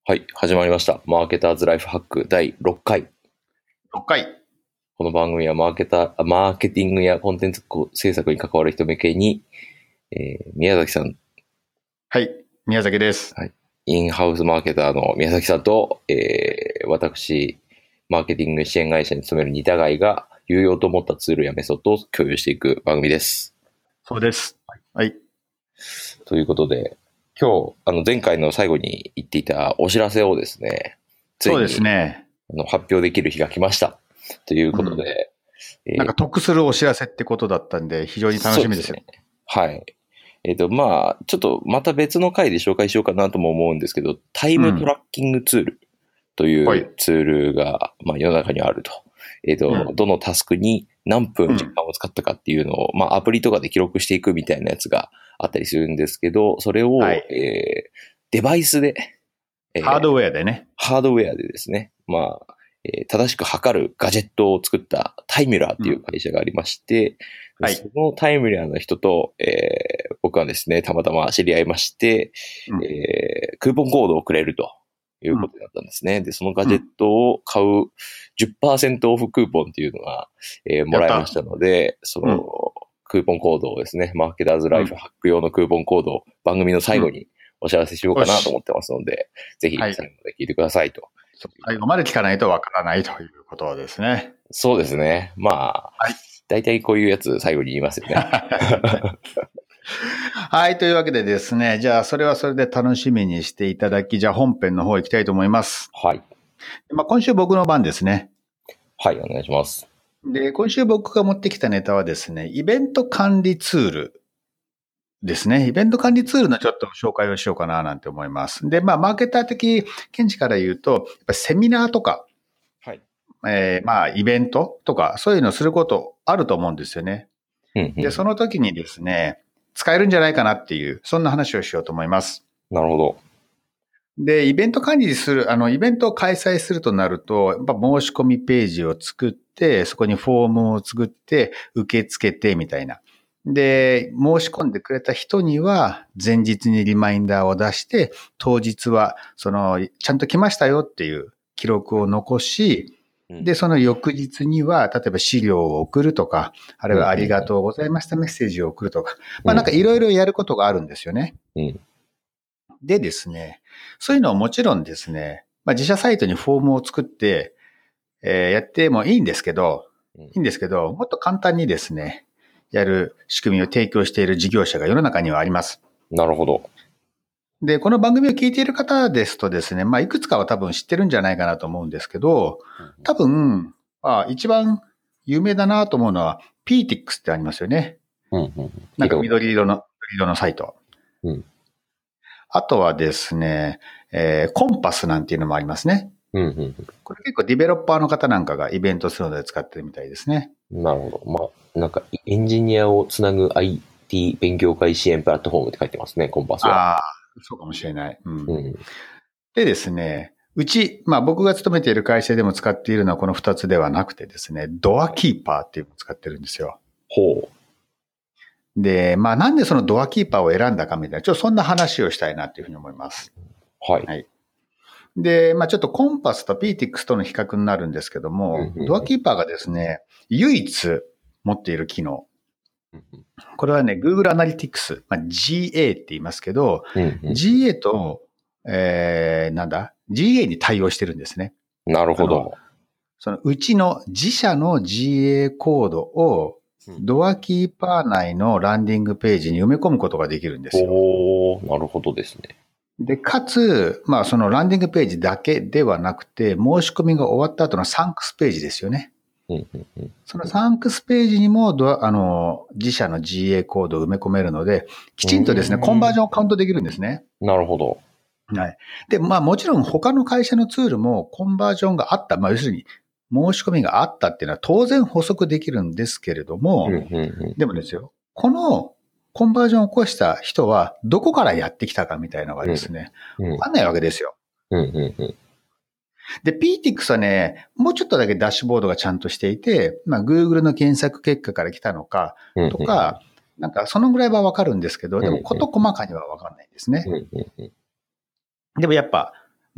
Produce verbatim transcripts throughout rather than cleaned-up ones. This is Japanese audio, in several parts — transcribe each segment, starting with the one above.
はい、始まりました。マーケターズライフハックだいろっかい。 ろっかい。 この番組はマーケター、マーケティングやコンテンツ制作に関わる人向けに、えー、宮崎さん。 はい、宮崎です。 はい。インハウスマーケターの宮崎さんと、えー、私、マーケティング支援会社に勤める似たがいが、有用と思ったツールやメソッドを共有していく番組です。 そうです。はい。 ということで、今日、あの、前回の最後に言っていたお知らせをですね、ついにそうですね。 あの発表できる日が来ました。ということで、 うんえー、なんか得するお知らせってことだったんで、非常に楽しみですよ。 そうですね。はい。えっ、ー、と、まあ、ちょっとまた別の回で紹介しようかなとも思うんですけど、タイムトラッキングツールというツールが、うん、まあ、世の中にあると。えっ、ー、と、うん、どのタスクに何分時間を使ったかっていうのを、うん、まあ、アプリとかで記録していくみたいなやつがあったりするんですけど、それを、はい、えー、デバイスで、 えー、ハードウェアでね。 ハードウェアでですね、まあ、えー、正しく測るガジェットを作ったタイミュラーっていう会社がありまして、うんはい、そのタイミュラーの人と、えー、僕はですね、たまたま知り合いまして、うんえー、クーポンコードをくれるということだったんですね。うん、で、そのガジェットを買う じゅっパーセント オフクーポンっていうのが、えー、もらえましたので、その、うん、クーポンコードをですね、マーケターズライフハック用のクーポンコードを番組の最後にお知らせしようかなと思ってますので、ぜひ最後まで聞いてくださいと。 最後まで聞かないとわからないということですね。 そうですね。まあ、はい、大体こういうやつ最後に言いますよね。 はい、というわけでですね、じゃあそれはそれで楽しみにしていただき、じゃあ本編の方行きたいと思います。 はい。 まあ、今週僕の番ですね。 はい、お願いします。 で、今週僕が持ってきたネタはですね、イベント管理ツールですね。イベント管理ツールのちょっと紹介をしようかななんて思います。で、まあ、マーケター的見地から言うと、やっぱセミナーとか、 はい。 えー、まあ、イベントとか、そういうのをすることあると思うんですよね。 うんうん、 で、その時にですね、使えるんじゃないかなっていう、そんな話をしようと思います。 なるほど。 で、イベント管理する、あの、イベントを開催するとなると、やっぱ申し込みページを作って、そこにフォームを作って、受け付けてみたいな。で、申し込んでくれた人には、前日にリマインダーを出して、当日は、その、ちゃんと来ましたよっていう記録を残し、で、その翌日には、例えば資料を送るとか、あるいはありがとうございましたメッセージを送るとか、まあなんかいろいろやることがあるんですよね。 うんでですね、そういうのはもちろんですね、まあ、自社サイトにフォームを作って、えー、やってもいいんですけど、いいんですけど、もっと簡単にですね、やる仕組みを提供している事業者が世の中にはあります。 なるほど。 で、この番組を聞いている方ですとですね、まあ、いくつかは多分知ってるんじゃないかなと思うんですけど、多分、あ一番有名だなと思うのは、ピーティックス ってありますよね。 うんうん、 なんか緑色の、緑色のサイト。 うんあとはですね、えー、コンパスなんていうのもありますね。 うんうん、 これ結構ディベロッパーの方なんかがイベントするので使ってるみたいですね。 なるほど。まあ、なんかエンジニアをつなぐ アイティー 勉強会支援プラットフォームって書いてますね、コンパスは。 ああ、そうかもしれない。うんうん、 でですね、うち、まあ僕が勤めている会社でも使っているのはこの二つではなくてですね、ドアキーパーっていうのを使ってるんですよ。 ほう。 で、まあなんでそのドアキーパーを選んだかみたいな、ちょっとそんな話をしたいなっていうふうに思います。 はい。 はい。で、まあちょっとコンパスと ピーティックス との比較になるんですけども、ドアキーパーがですね、唯一持っている機能。これはね、Google Analytics、まあ、ジーエー って言いますけど、 うんうん、 ジーエー と、えー、なんだ ?ジーエー に対応してるんですね。 なるほど。 そのうちの自社の ジーエー コードをドアキーパー内のランディングページに埋め込むことができるんですよ。 おー、なるほどですね。 で、かつ、まあそのランディングページだけではなくて、申し込みが終わった後のサンクスページですよね。 うんうんうん、 そのサンクスページにもドア、あの、自社の ジーエー コードを埋め込めるので、きちんとですね、コンバージョンをカウントできるんですね。 なるほど。 はい。で、まあもちろん他の会社のツールもコンバージョンがあった。まあ要するに申し込みがあったっていうのは当然補足できるんですけれども、 うんうんうん、 でもですよ、このコンバージョンを起こした人はどこからやってきたかみたいなのがですね、わ、うんうん、かんないわけですよ。 うんうんうん、 で、ピーティックス はね、もうちょっとだけダッシュボードがちゃんとしていて、まあ Google の検索結果から来たのかとか、うんうん、なんかそのぐらいはわかるんですけど、でも事細かにはわかんないんですね。 うんうんうん、 でもやっぱ、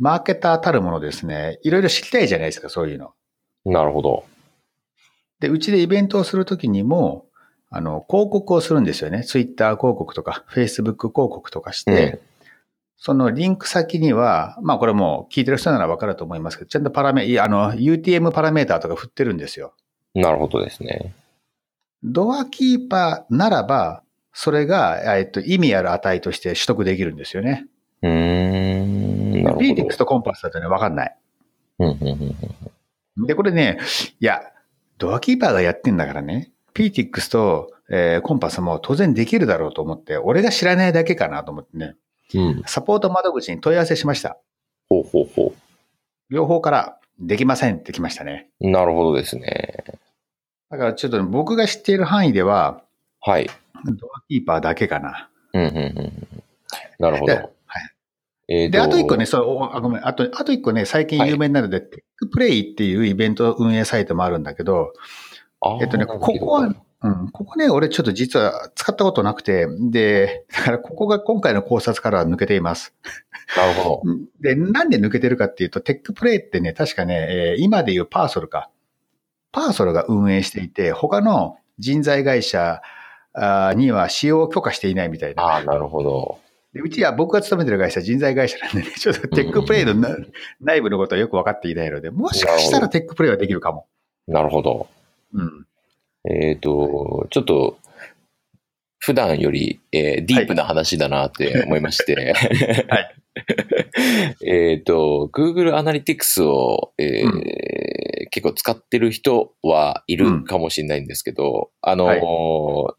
マーケターたるものですね、いろいろ知りたいじゃないですか、そういうの。 なるほど。 で、うちでイベントをするときにも、あの、広告をするんですよね。ツイッター広告とか、フェイスブック広告とかして、うん、そのリンク先には、まあこれも聞いてる人ならわかると思いますけど、ちゃんとパラメ、あの、ユーティーエム パラメーターとか振ってるんですよ。 なるほどですね。 ドアキーパーならば、それが、えっと、意味ある値として取得できるんですよね。 うーん。なるほど。 ピーティックス とコンパスだとね、わかんない。 うんうんうんうん、 で、これね、いや、ドアキーパーがやってんだからね、ピーティックス と、えー、コンパスも当然できるだろうと思って、俺が知らないだけかなと思ってね、うん、サポート窓口に問い合わせしました。 ほうほうほう。 両方からできませんってきましたね。 なるほどですね。 だからちょっと僕が知っている範囲では、 はい。 ドアキーパーだけかな。 うんうんうん。なるほど。はい。 えー、で、あと一個ね、そう、あ、ごめん、あと、あと一個ね、最近有名になるので、はい、テックプレイっていうイベント運営サイトもあるんだけど、えっとね、ここは、うん、ここね、俺ちょっと実は使ったことなくて、で、だからここが今回の考察からは抜けています。 なるほど。 で、なんで抜けてるかっていうと、テックプレイってね、確かね、えー、今でいうパーソルか。パーソルが運営していて、他の人材会社には使用を許可していないみたいな。 ああ、なるほど。 でうちは僕が勤めてる会社は人材会社なんでね、ちょっとテックプレイの、うん、内部のことはよく分かっていないので、もしかしたらテックプレイはできるかも。 なるほど。うん。えっと、ちょっと、普段より、えー、ディープな話だなって思いまして。はい。えっと、Google Analytics を、えーうん、結構使ってる人はいるかもしれないんですけど、うん、あの、はい、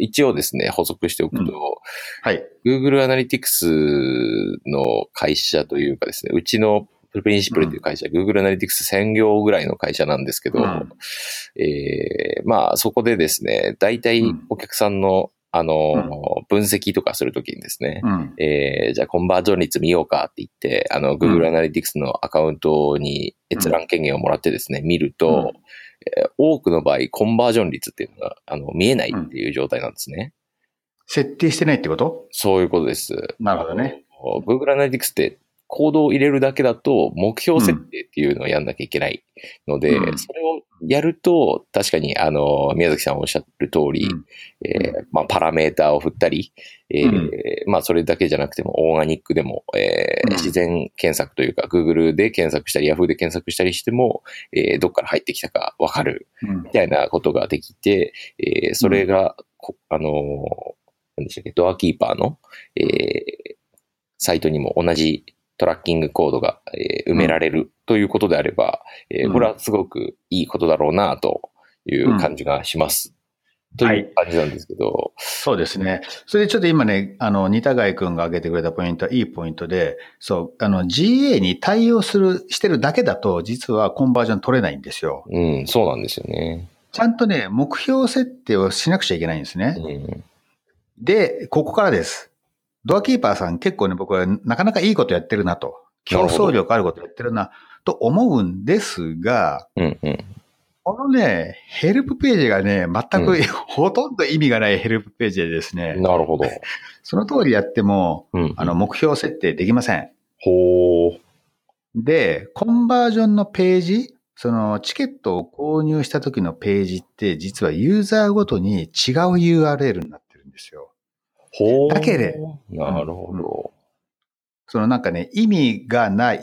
一応ですね、補足しておくと、うん、はい、Google Analytics の会社というかですね、うちのプリンシプルという会社、うん、Google Analytics 専業ぐらいの会社なんですけど、うん、えー、まあそこでですね、大体お客さんのあの、うん、分析とかするときにですね、うん、えー、じゃあコンバージョン率見ようかって言って、あの、Google Analytics のアカウントに閲覧権限をもらってですね、見ると、うんえー、多くの場合、コンバージョン率っていうのが、あの、見えないっていう状態なんですね。 設定してないってこと？ そういうことです。 なるほどね。 Google Analytics ってコードを入れるだけだと目標設定っていうのをやんなきゃいけないので、うん、それをやると確かにあの宮崎さんおっしゃる通り、うんえーまあ、パラメーターを振ったり、えーうんまあ、それだけじゃなくてもオーガニックでも、えーうん、自然検索というか Google で検索したり Yahoo で検索したりしても、えー、どっから入ってきたかわかるみたいなことができて、えー、それが、あの何でしたっけドアキーパーの、えー、サイトにも同じトラッキングコードが、えー、埋められるということであれば、うんえー、これはすごくいいことだろうなという感じがします。うん、という感じなんですけど、はい。 そうですね。それでちょっと今ね、あの、似田貝くんが挙げてくれたポイントはいいポイントで、そう、あの、ジーエー に対応する、してるだけだと、実はコンバージョン取れないんですよ。 うん、そうなんですよね。 ちゃんとね、目標設定をしなくちゃいけないんですね。うん、で、ここからです。ドアキーパーさん結構ね、僕はなかなかいいことやってるなと。競争力あることやってるな、と思うんですが、うんうん、このね、ヘルプページがね、全く、うん、ほとんど意味がないヘルプページでですね。 なるほど。 その通りやっても、うんうん、あの、目標設定できません。 ほー。 で、コンバージョンのページ、そのチケットを購入した時のページって、実はユーザーごとに違う ユーアールエル になってるんですよ。 ほー。 だけで、 なるほど。 そのなんかね、意味がない、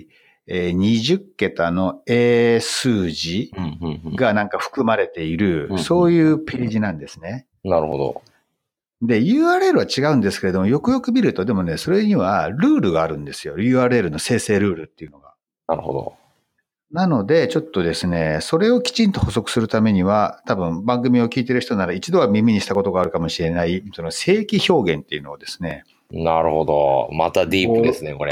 えー、にじゅっけたの英数字がなんか含まれている、うんうんうん、そういうページなんですね。 なるほど。 で、ユーアールエル は違うんですけれども、よくよく見ると、でもね、それにはルールがあるんですよ。ユーアールエル の生成ルールっていうのが。 なるほど。 なので、ちょっとですね、それをきちんと補足するためには、多分番組を聞いている人なら一度は耳にしたことがあるかもしれない、その正規表現っていうのをですね。 なるほど。またディープですね、これ。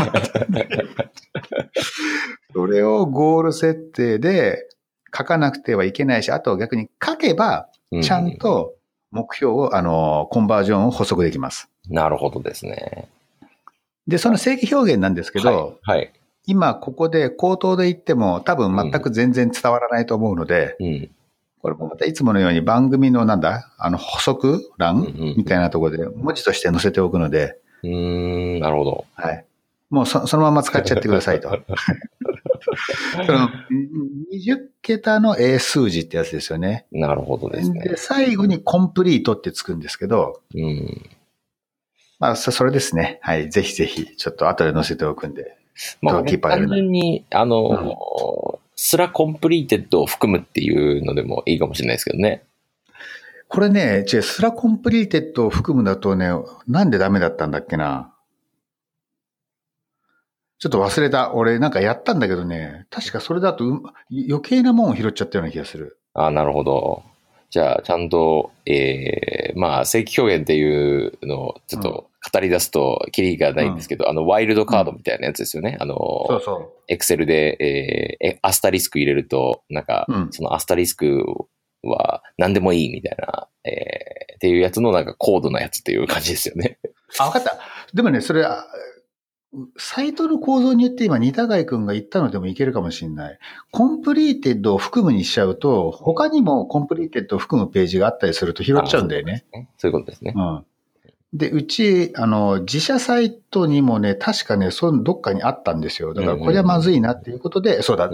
それをゴール設定で書かなくてはいけないし、あとは逆に書けば、ちゃんと目標を、うん、あの、コンバージョンを補足できます。 なるほどですね。 で、その正規表現なんですけど、はいはい、今ここで口頭で言っても多分全く全然伝わらないと思うので、うん、これもまたいつものように番組のなんだ、あの補足欄みたいなところで文字として載せておくので、 うーん、なるほど。 はい。 もう そ, そのまま使っちゃってくださいと。そのにじゅっけたの英数字ってやつですよね。 なるほどですね。 で、最後にコンプリートってつくんですけど、 うん。 まあ、そそれですね。はい。ぜひぜひ、ちょっと後で載せておくんで。 まあ、単純に、あの、うん、スラコンプリーテッドを含むっていうのでもいいかもしれないですけどね。 これね、違う、スラコンプリーテッドを含むだとね、なんでダメだったんだっけな。ちょっと忘れた。俺なんかやったんだけどね、確かそれだと、うん、余計なもんを拾っちゃったような気がする。 ああ、なるほど。じゃあ、ちゃんと、ええー、まあ、正規表現っていうのをちょっと語り出すとキリがないんですけど、うん、あの、ワイルドカードみたいなやつですよね。うん、あの、 そうそう。 エクセルで、えー、アスタリスク入れると、なんか、うん、そのアスタリスクは何でもいいみたいな、えー、っていうやつのなんか高度なやつっていう感じですよね。 あ、わかった。でもね、それ、サイトの構造によって今、二高井くんが言ったのでもいけるかもしれない。コンプリーテッドを含むにしちゃうと、他にもコンプリーテッドを含むページがあったりすると拾っちゃうんだよね。 そういうことですね。 うん。で、うち、あの、自社サイトにもね、確かね、そのどっかにあったんですよ。だからこれはまずいなっていうことで、うんうん、そうだ、うん、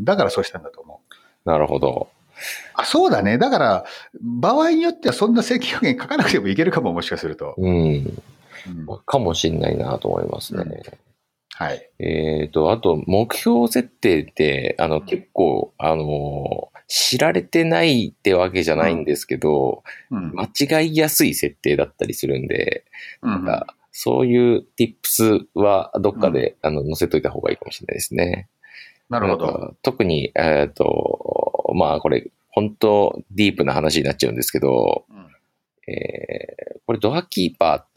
だからそうしたんだと思う。なるほど。 あ、そうだね。だから、場合によってはそんな正規表現書かなくてもいけるかも、もしかすると。 うん。うん、かもしれないなと思いますね。うん、 はい。 えっと、あと、目標設定って、あの、結構、あの、知られてないってわけじゃないんですけど、うんうん、間違いやすい設定だったりするんで、うんうん、なんかそういう tips はどっかで、うん、あの載せといた方がいいかもしれないですね。 なるほど。 特に、えっと、まあこれ、本当ディープな話になっちゃうんですけど、うんえー、これドアキーパーって、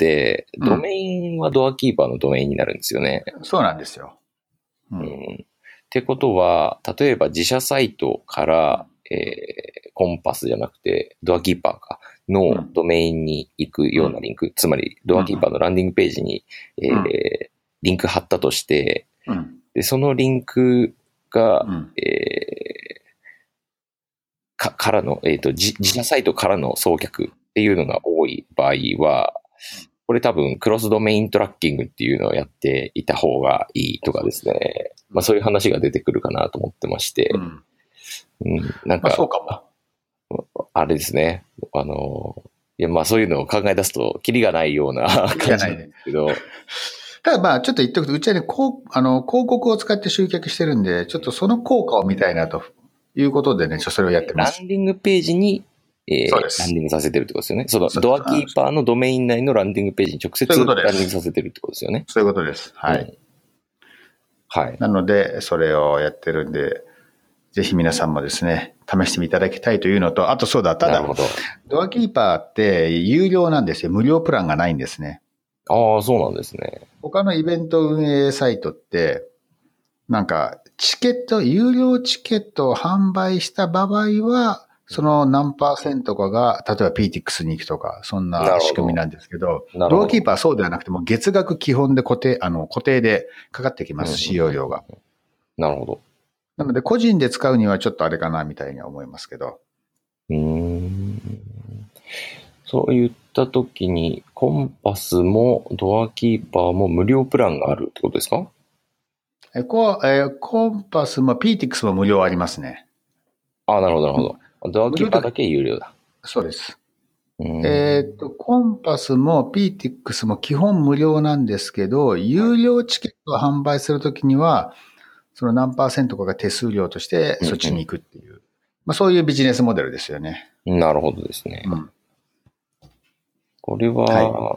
ドメインはドアキーパーのドメインになるんですよね。 うん、そうなんですよ。 うんうん、ってことは、例えば自社サイトから、えー、コンパスじゃなくて、ドアキーパーかのドメインに行くようなリンク、うん、つまりドアキーパーのランディングページに、えーうん、リンク貼ったとして、うん、でそのリンクが、うんえー、かからの、えーと、自社サイトからの送客っていうのが多い場合は、これ多分クロスドメイントラッキングっていうのをやっていた方がいいとかですね。まあそういう話が出てくるかなと思ってまして。うん。うん、なんか、まあ、 そうかも。あれですね。あの、いやまあそういうのを考え出すとキリがないような感じなんですけど。 ただまあちょっと言っておくと、うちはね、こう、あの、広告を使って集客してるんで、ちょっとその効果を見たいなということでね、ちょっとそれをやってます。 ランディングページにえー、ランディングさせてるってことですよね。そのドアキーパーのドメイン内のランディングページに直接ランディングさせてるってことですよね。 そういうことです。はい。うん、 はい。 なので、それをやってるんで、ぜひ皆さんもですね、試していただきたいというのと、あとそうだ、ただ、ドアキーパーって有料なんですよ。無料プランがないんですね。 ああ、そうなんですね。 他のイベント運営サイトって、なんか、チケット、有料チケットを販売した場合は、その何パーセントかが、例えば ピーティックス に行くとか、そんな仕組みなんですけど、どドアキーパーはそうではなくても、月額基本で固定、あの、固定でかかってきます、使用料が。 なるほど。 なので、個人で使うにはちょっとあれかな、みたいに思いますけど。 うーん。そういったときに、コンパスもドアキーパーも無料プランがあるってことですか？ えこうえー、コンパスも ピーティックス も無料ありますね。 ああ、なるほど、なるほど。ドアキーパーだけ有料だ。 そうです。えっと、コンパスも ピーティックス も基本無料なんですけど、有料チケットを販売するときには、その何パーセントかが手数料としてそっちに行くっていう、うんうん、まあそういうビジネスモデルですよね。 なるほどですね。うん、これは、はい、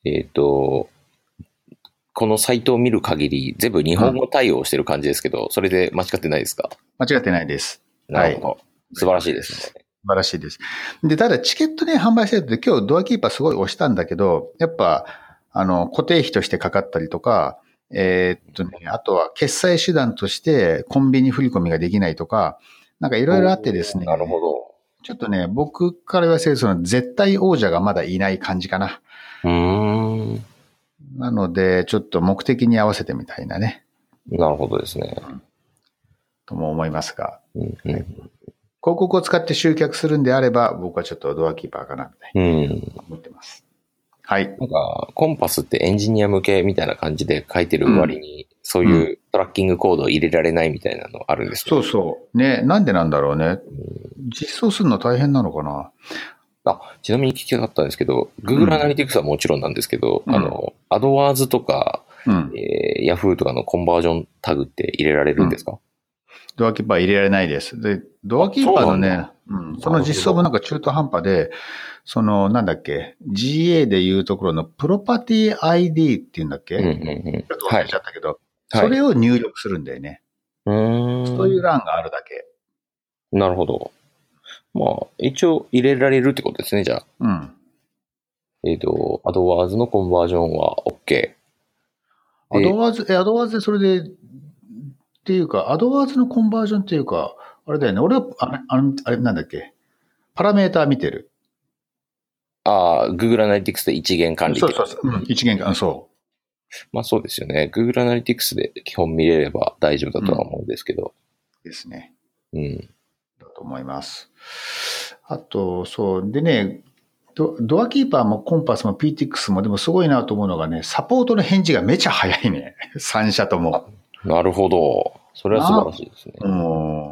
えっと、このサイトを見る限り全部日本語対応してる感じですけど、うん、それで間違ってないですか？ 間違ってないです。 なるほど。はい、素晴らしいですね。 素晴らしいです。で、ただチケットね、販売してると今日ドアキーパーすごい押したんだけど、やっぱ、あの、固定費としてかかったりとか、えー、っとね、あとは決済手段としてコンビニ振り込みができないとか、なんかいろいろあってですね。 なるほど。 ちょっとね、僕から言わせるとその絶対王者がまだいない感じかな。 うーん。 なので、ちょっと目的に合わせてみたいなね。 なるほどですね。 うん、とも思いますが。 うんうん、はい広告を使って集客するんであれば、僕はちょっとドアキーパーかなみたいな思ってます。うん、 はい。 なんか、コンパスってエンジニア向けみたいな感じで書いてる割に、うん、そういうトラッキングコードを入れられないみたいなのあるんですか？ そうそう。ね、なんでなんだろうね。うん、実装するの大変なのかな。 あ、ちなみに聞きたかったんですけど、Google Analytics はもちろんなんですけど、うん、あの、AdWords とか、うんえー、Yahoo とかのコンバージョンタグって入れられるんですか？うん、 ドアキーパー入れられないです。で、ドアキーパーのね、うん、その実装もなんか中途半端で、その、なんだっけ、ジーエー でいうところのプロパティ アイディー っていうんだっけ、うんうんうん、ちょっと忘れちゃったけど、はい、それを入力するんだよね。はい、そういう欄があるだけ。 なるほど。まあ、一応入れられるってことですね、じゃあ。うん。えっ、ー、と、AdWords のコンバージョンは OK。 アドワーズ、え、アドワーズでそれで、っていうか、アドワーズのコンバージョンっていうか、あれだよね。俺は、あれ、あれ、あれなんだっけ。パラメーター見てる。 ああ、Google Analytics で一元管理。 そうそうそう。うん、一元管理、そう。 まあそうですよね。Google Analytics で基本見れれば大丈夫だとは思うんですけど。 うん、ですね。 うん。 だと思います。あと、そう。でね、ド, ドアキーパーもコンパスも ピーティックス もでもすごいなと思うのがね、サポートの返事がめちゃ早いね。さん社とも。 なるほど。それは素晴らしいですね。 うん。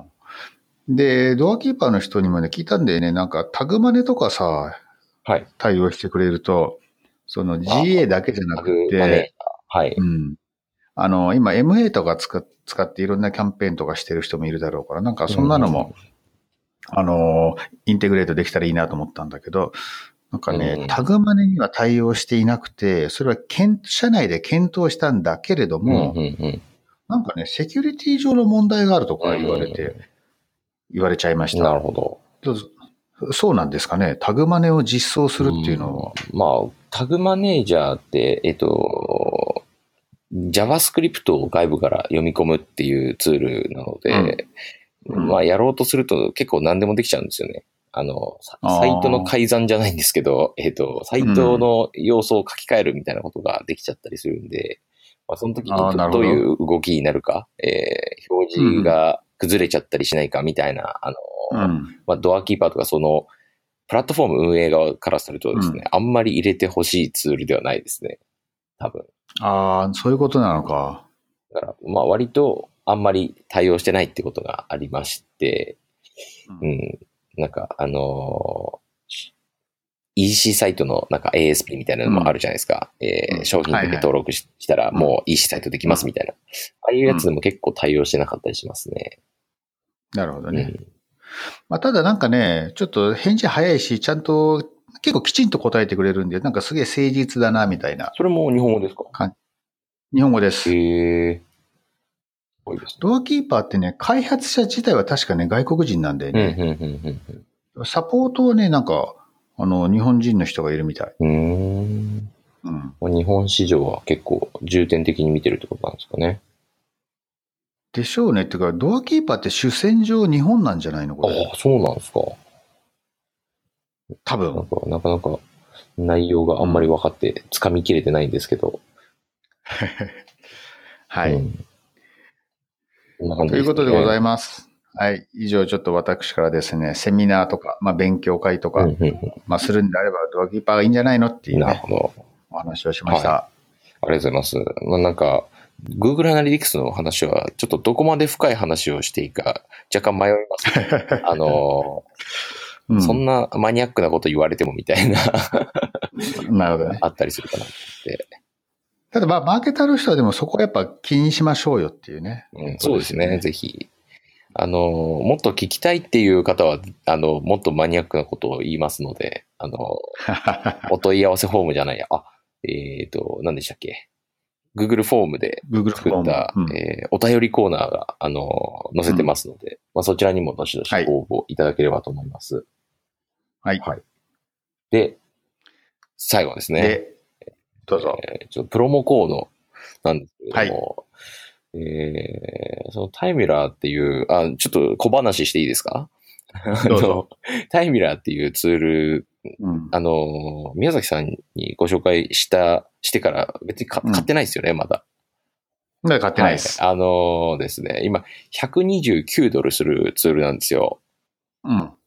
で、ドアキーパーの人にもね、聞いたんだよね。なんかタグマネとかさ、はい、対応してくれると、その ジーエー だけじゃなくて、 はい。 うん。あの、今 エムエー とか使使っていろんなキャンペーンとかしてる人もいるだろうから、なんかそんなのも、うん、あの、インテグレートできたらいいなと思ったんだけど、なんかね、うん、タグマネには対応していなくて、それは社内で検討したんだけれども、うんうんうん、なんかね、セキュリティ上の問題があるとか言われて、うんうん、言われちゃいました。 なるほど。 そうなんですかね。タグマネを実装するっていうのは。 うん、まあ、タグマネージャーって、えっと、JavaScript を外部から読み込むっていうツールなので、うんうん、まあ、やろうとすると結構何でもできちゃうんですよね。あの、サイトの改ざんじゃないんですけど、えっと、サイトの要素を書き換えるみたいなことができちゃったりするんで、まあ、その時に ど, どういう動きになるか、えー、表示が崩れちゃったりしないかみたいな、あの、うんまあ、ドアキーパーとかその、プラットフォーム運営側からするとですね、うん、あんまり入れてほしいツールではないですね。多分。 ああ、そういうことなのか。 だから、まあ割とあんまり対応してないってことがありまして、うん、うん、なんかあのー、イーシー サイトのなんか エーエスピー みたいなのもあるじゃないですか。うん、えーうん、商品だけ登録したらもう イーシー サイトできますみたいな。うん、ああいうやつでも結構対応してなかったりしますね。 なるほどね。うんまあ、ただなんかね、ちょっと返事早いし、ちゃんと結構きちんと答えてくれるんで、なんかすげえ誠実だな、みたいな。 それも日本語ですか？ 日本語です。 へー。 ドアキーパーってね、開発者自体は確かね、外国人なんだよね。サポートはね、なんか、あの、日本人の人がいるみたい。 うーん。うん、日本市場は結構重点的に見てるってことなんですかね。 でしょうね。っていうか、ドアキーパーって主戦場日本なんじゃないのこれ。 ああ、そうなんですか。 多分。 なんか、なかなか内容があんまり分かって、掴みきれてないんですけど。 はい、うんね。ということでございます。はい。以上、ちょっと私からですね、セミナーとか、まあ、勉強会とか、うんうんうん、まあ、するんであれば、ドアキーパーがいいんじゃないのっていうね。 なるほど。 お話をしました。はい、 ありがとうございます。まあ、なんか、Google Analytics の話は、ちょっとどこまで深い話をしていいか、若干迷いますね。あの、うん、そんなマニアックなこと言われてもみたいななるほどね。 あったりするかなって。 ただまあ、マーケターの人はでもそこはやっぱ気にしましょうよっていうね。 うん、そうですね、ぜひ。あの、もっと聞きたいっていう方は、あの、もっとマニアックなことを言いますので、あの、お問い合わせフォームじゃないや、あ、えっと、何でしたっけ。Google フォームで作った、うんえー、お便りコーナーが、あの、載せてますので、うんまあ、そちらにもどしどし応募いただければと思います。 はい。はい、 で、最後ですね。 で、どうぞ。 えー、ちょっとプロモコードなんですけれども、はい、えー、そのタイミラーっていう、あ、ちょっと小話していいですか？ どうぞ。 タイミラーっていうツール、うん、あの、宮崎さんにご紹介した、してから別に買ってないですよね、うん、まだ。 まだ買ってないです。 はい、あのですね、今、ひゃくにじゅうきゅうドルするツールなんですよ。 うん。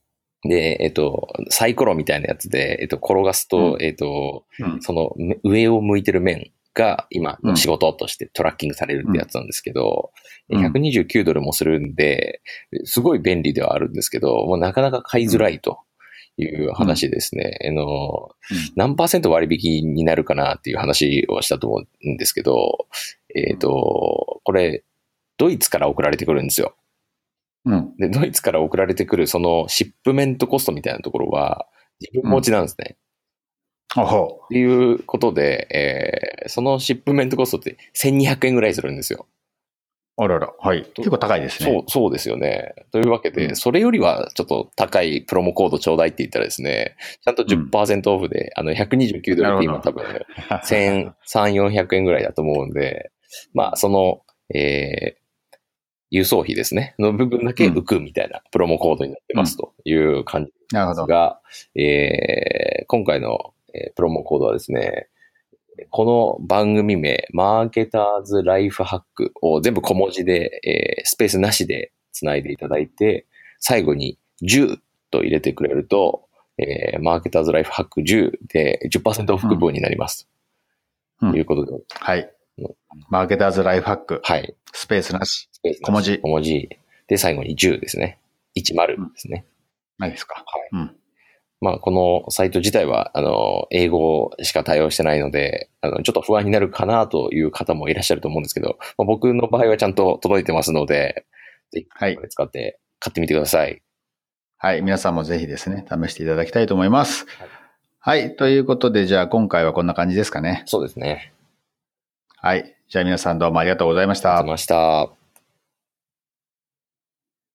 で、えっと、サイコロみたいなやつで、えっと、転がすと、 うんえっと、 うんそのめ上を向いてる面が今の仕事としてトラッキングされるってやつなんですけど、 うんひゃくにじゅうきゅうドルもするんで、すごい便利ではあるんですけど、もうなかなか買いづらいという話ですね。あの、何パーセント割引になるかなっていう話をしたと思うんですけど、えっと、これ、ドイツから送られてくるんですよ。 うん。 で、ドイツから送られてくるそのシップメントコストみたいなところは自分持ちなんですね。 おほっていうことで、えーそのシップメントコストってせんにひゃくえんぐらいするんですよ。 う。あらら。はい。結構高いですね。 そう、そうですよね。というわけで、 うんそれよりはちょっと高いプロモコードちょうだいって言ったらですね、ちゃんと じゅっパーセントオフで、あの、ひゃくにじゅうきゅうドルって今多分、せんさんびゃく、よんひゃくえんぐらいだと思うんで、まあ、その、えー輸送費ですね、の部分だけ浮くみたいなプロモコードになってますという感じなるほど。 ですが、えー今回のえープロモコードはですね、この番組名、マーケターズライフハックを全部小文字で、えースペースなしでつないでいただいて、最後にじゅうと入れてくれると、えーマーケターズライフハックじゅうで じゅっパーセント オフクーポンになります。 うんということで、 はい。マーケターズライフハック。 はい。 スペースなし。 スペースなし小文字小文字。で、最後にじゅうですね。じゅうですね。 ないですか。 はい。 うん。 まあ、このサイト自体は、あの、英語しか対応してないので、あの、ちょっと不安になるかなという方もいらっしゃると思うんですけど、まあ、僕の場合はちゃんと届いてますので、ぜひ、 はいこれ使って買ってみてください。 はい。皆さんもぜひですね、試していただきたいと思います。はい。はい、ということで、じゃあ今回はこんな感じですかね。 そうですね。 はい。じゃあ皆さんどうもありがとうございましたありがとうございました。